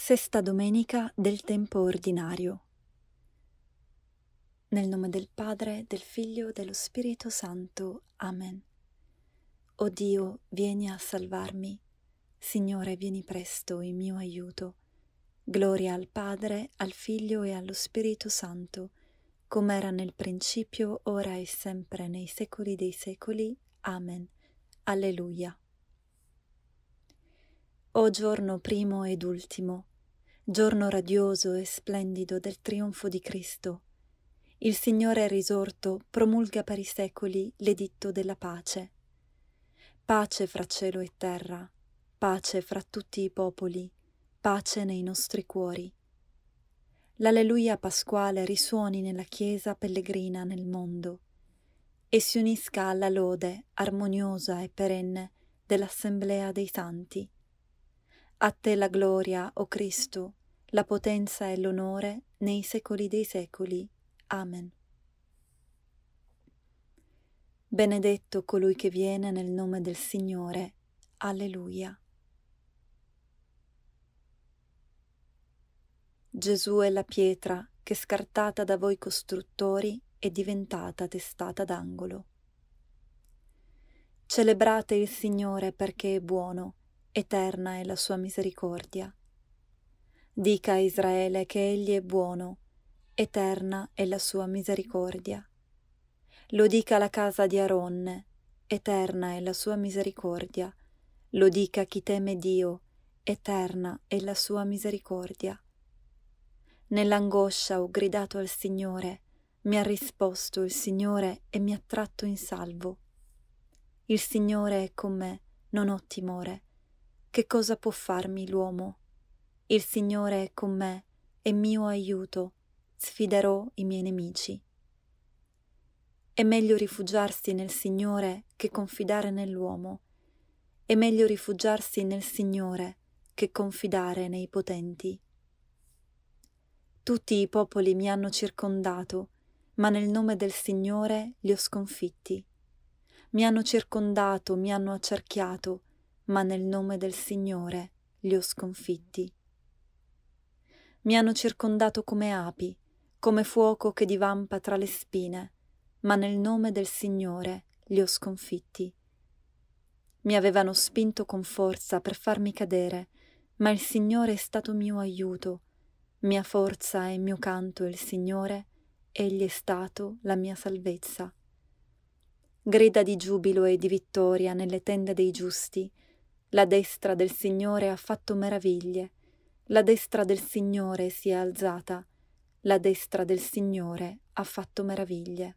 Sesta domenica del tempo ordinario. Nel nome del Padre, del Figlio e dello Spirito Santo. Amen. O Dio, vieni a salvarmi. Signore, vieni presto in mio aiuto. Gloria al Padre, al Figlio e allo Spirito Santo, come era nel principio, ora e sempre, nei secoli dei secoli. Amen. Alleluia. O giorno primo ed ultimo, giorno radioso e splendido del trionfo di Cristo, il Signore è risorto, promulga per i secoli l'editto della pace. Pace fra cielo e terra, pace fra tutti i popoli, pace nei nostri cuori. L'Alleluia pasquale risuoni nella Chiesa pellegrina nel mondo e si unisca alla lode armoniosa e perenne dell'Assemblea dei Santi. A te la gloria, o Cristo, la potenza e l'onore nei secoli dei secoli. Amen. Benedetto colui che viene nel nome del Signore. Alleluia. Gesù è la pietra che, scartata da voi costruttori, è diventata testata d'angolo. Celebrate il Signore perché è buono, eterna è la sua misericordia. Dica a Israele che egli è buono, eterna è la sua misericordia. Lo dica la casa di Aronne, eterna è la sua misericordia. Lo dica chi teme Dio, eterna è la sua misericordia. Nell'angoscia ho gridato al Signore, mi ha risposto il Signore e mi ha tratto in salvo. Il Signore è con me, non ho timore. Che cosa può farmi l'uomo? Il Signore è con me, è mio aiuto, sfiderò i miei nemici. È meglio rifugiarsi nel Signore che confidare nell'uomo. È meglio rifugiarsi nel Signore che confidare nei potenti. Tutti i popoli mi hanno circondato, ma nel nome del Signore li ho sconfitti. Mi hanno circondato, mi hanno accerchiato, ma nel nome del Signore li ho sconfitti. Mi hanno circondato come api, come fuoco che divampa tra le spine, ma nel nome del Signore li ho sconfitti. Mi avevano spinto con forza per farmi cadere, ma il Signore è stato mio aiuto. Mia forza e mio canto è il Signore, egli è stato la mia salvezza. Grida di giubilo e di vittoria nelle tende dei giusti. La destra del Signore ha fatto meraviglie. La destra del Signore si è alzata. La destra del Signore ha fatto meraviglie.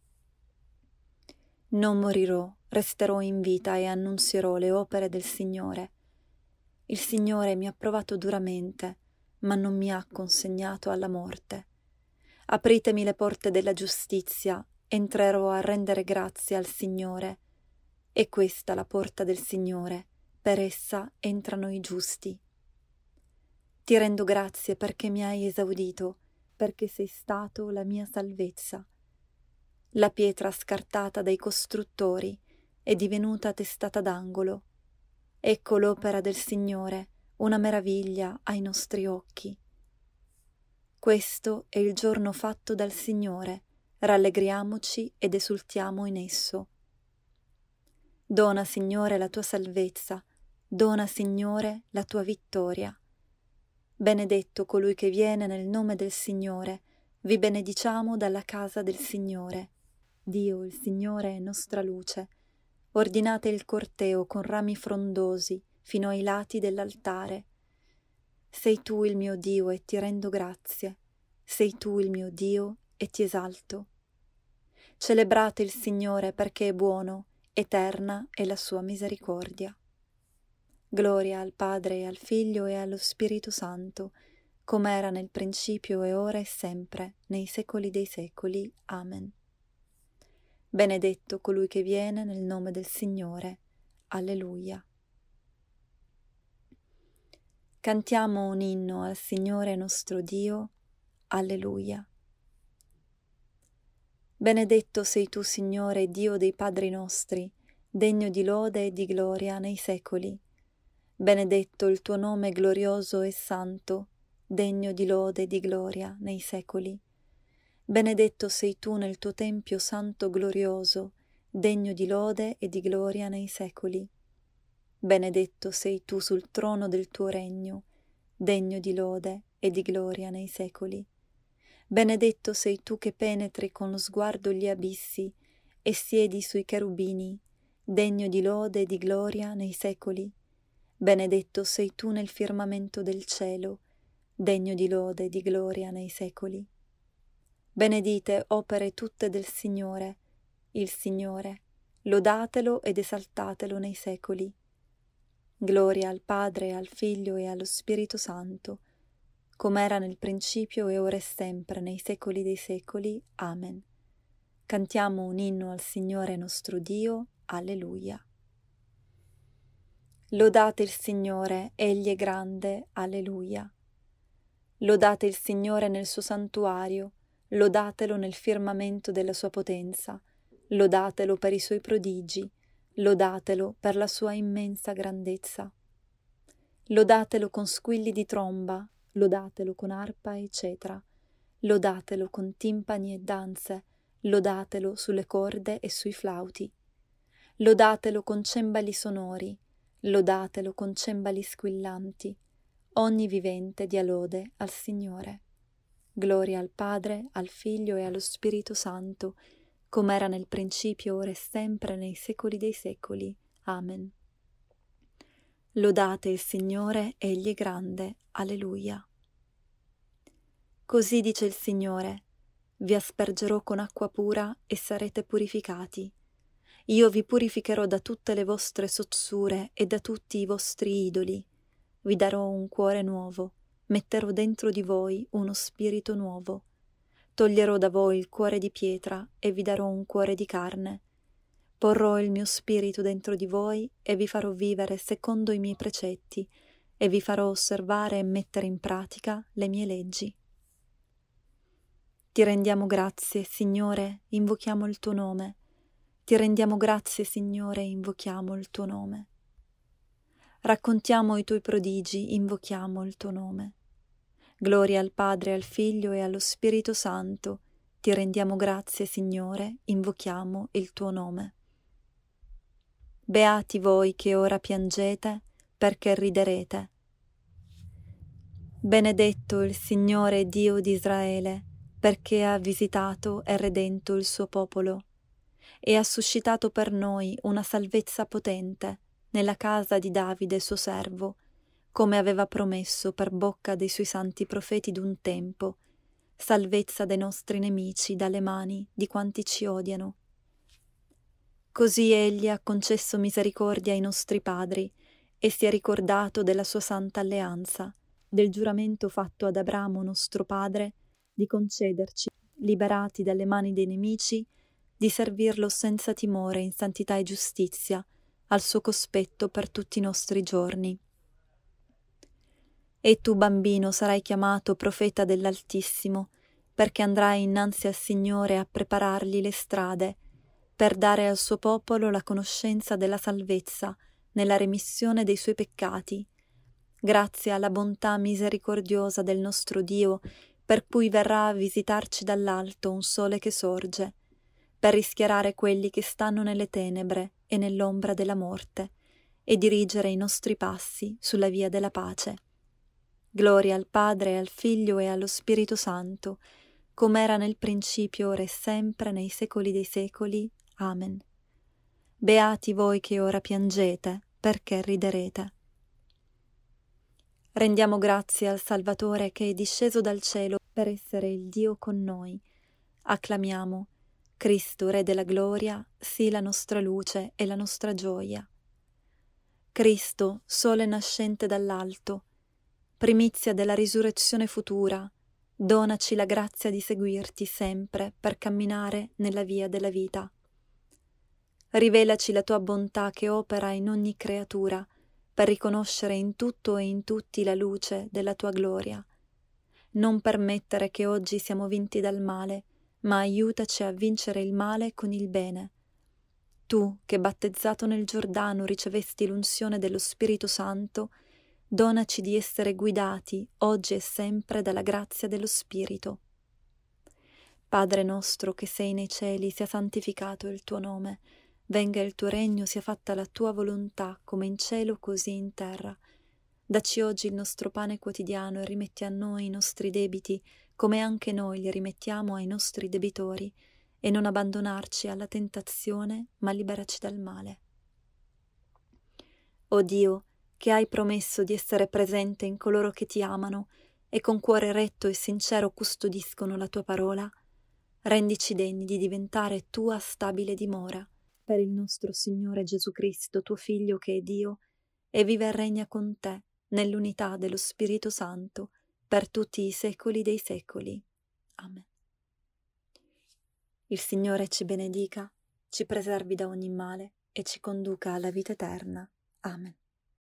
Non morirò, resterò in vita e annunzierò le opere del Signore. Il Signore mi ha provato duramente, ma non mi ha consegnato alla morte. Apritemi le porte della giustizia, entrerò a rendere grazie al Signore. È questa la porta del Signore, per essa entrano i giusti. Ti rendo grazie perché mi hai esaudito, perché sei stato la mia salvezza. La pietra scartata dai costruttori è divenuta testata d'angolo. Ecco l'opera del Signore, una meraviglia ai nostri occhi. Questo è il giorno fatto dal Signore, rallegriamoci ed esultiamo in esso. Dona, Signore, la tua salvezza, dona, Signore, la tua vittoria. Benedetto colui che viene nel nome del Signore, vi benediciamo dalla casa del Signore. Dio, il Signore, è nostra luce. Ordinate il corteo con rami frondosi fino ai lati dell'altare. Sei tu il mio Dio e ti rendo grazie. Sei tu il mio Dio e ti esalto. Celebrate il Signore perché è buono, eterna è la sua misericordia. Gloria al Padre e al Figlio e allo Spirito Santo, come era nel principio e ora e sempre, nei secoli dei secoli. Amen. Benedetto colui che viene nel nome del Signore. Alleluia. Cantiamo un inno al Signore nostro Dio. Alleluia. Benedetto sei tu, Signore, Dio dei padri nostri, degno di lode e di gloria nei secoli. Benedetto il tuo nome glorioso e santo, degno di lode e di gloria nei secoli. Benedetto sei tu nel tuo tempio santo glorioso, degno di lode e di gloria nei secoli. Benedetto sei tu sul trono del tuo regno, degno di lode e di gloria nei secoli. Benedetto sei tu che penetri con lo sguardo gli abissi e siedi sui cherubini, degno di lode e di gloria nei secoli. Benedetto sei tu nel firmamento del cielo, degno di lode e di gloria nei secoli. Benedite opere tutte del Signore, il Signore, lodatelo ed esaltatelo nei secoli. Gloria al Padre, al Figlio e allo Spirito Santo, come era nel principio e ora e sempre, nei secoli dei secoli. Amen. Cantiamo un inno al Signore nostro Dio. Alleluia. Lodate il Signore, Egli è grande. Alleluia. Lodate il Signore nel suo santuario, lodatelo nel firmamento della sua potenza, lodatelo per i suoi prodigi, lodatelo per la sua immensa grandezza. Lodatelo con squilli di tromba, lodatelo con arpa e cetera, lodatelo con timpani e danze, lodatelo sulle corde e sui flauti. Lodatelo con cembali sonori, lodatelo con cembali squillanti. Ogni vivente dia lode al Signore. Gloria al Padre, al Figlio e allo Spirito Santo, come era nel principio, ora e sempre, nei secoli dei secoli. Amen. Lodate il Signore, Egli è grande. Alleluia. Così dice il Signore: vi aspergerò con acqua pura e sarete purificati. Io vi purificherò da tutte le vostre sozzure e da tutti i vostri idoli. Vi darò un cuore nuovo, metterò dentro di voi uno spirito nuovo. Toglierò da voi il cuore di pietra e vi darò un cuore di carne. Porrò il mio spirito dentro di voi e vi farò vivere secondo i miei precetti e vi farò osservare e mettere in pratica le mie leggi. Ti rendiamo grazie, Signore, invochiamo il tuo nome. Ti rendiamo grazie, Signore, invochiamo il tuo nome. Raccontiamo i tuoi prodigi, invochiamo il tuo nome. Gloria al Padre, al Figlio e allo Spirito Santo. Ti rendiamo grazie, Signore, invochiamo il tuo nome. Beati voi che ora piangete, perché riderete. Benedetto il Signore Dio di Israele, perché ha visitato e redento il suo popolo, e ha suscitato per noi una salvezza potente nella casa di Davide suo servo, come aveva promesso per bocca dei suoi santi profeti d'un tempo, salvezza dei nostri nemici dalle mani di quanti ci odiano. Così egli ha concesso misericordia ai nostri padri e si è ricordato della sua santa alleanza, del giuramento fatto ad Abramo nostro padre, di concederci, liberati dalle mani dei nemici, di servirlo senza timore in santità e giustizia, al suo cospetto per tutti i nostri giorni. E tu, bambino, sarai chiamato profeta dell'Altissimo, perché andrai innanzi al Signore a preparargli le strade, per dare al suo popolo la conoscenza della salvezza nella remissione dei suoi peccati, grazie alla bontà misericordiosa del nostro Dio, per cui verrà a visitarci dall'alto un sole che sorge, per rischiarare quelli che stanno nelle tenebre e nell'ombra della morte, e dirigere i nostri passi sulla via della pace. Gloria al Padre, al Figlio e allo Spirito Santo, come era nel principio, ora e sempre, nei secoli dei secoli. Amen. Beati voi che ora piangete, perché riderete. Rendiamo grazie al Salvatore che è disceso dal cielo per essere il Dio con noi. Acclamiamo: Cristo, Re della gloria, sii la nostra luce e la nostra gioia. Cristo, sole nascente dall'alto, primizia della risurrezione futura, donaci la grazia di seguirti sempre per camminare nella via della vita. Rivelaci la tua bontà che opera in ogni creatura, per riconoscere in tutto e in tutti la luce della tua gloria. Non permettere che oggi siamo vinti dal male, ma aiutaci a vincere il male con il bene. Tu, che battezzato nel Giordano ricevesti l'unzione dello Spirito Santo, donaci di essere guidati oggi e sempre dalla grazia dello Spirito. Padre nostro che sei nei cieli, sia santificato il tuo nome, venga il tuo regno, sia fatta la tua volontà, come in cielo così in terra. Dacci oggi il nostro pane quotidiano e rimetti a noi i nostri debiti, come anche noi li rimettiamo ai nostri debitori, e non abbandonarci alla tentazione, ma liberaci dal male. O Dio, che hai promesso di essere presente in coloro che ti amano e con cuore retto e sincero custodiscono la tua parola, rendici degni di diventare tua stabile dimora, per il nostro Signore Gesù Cristo, tuo Figlio che è Dio, e vive e regna con te, nell'unità dello Spirito Santo, per tutti i secoli dei secoli. Amen. Il Signore ci benedica, ci preservi da ogni male e ci conduca alla vita eterna. Amen.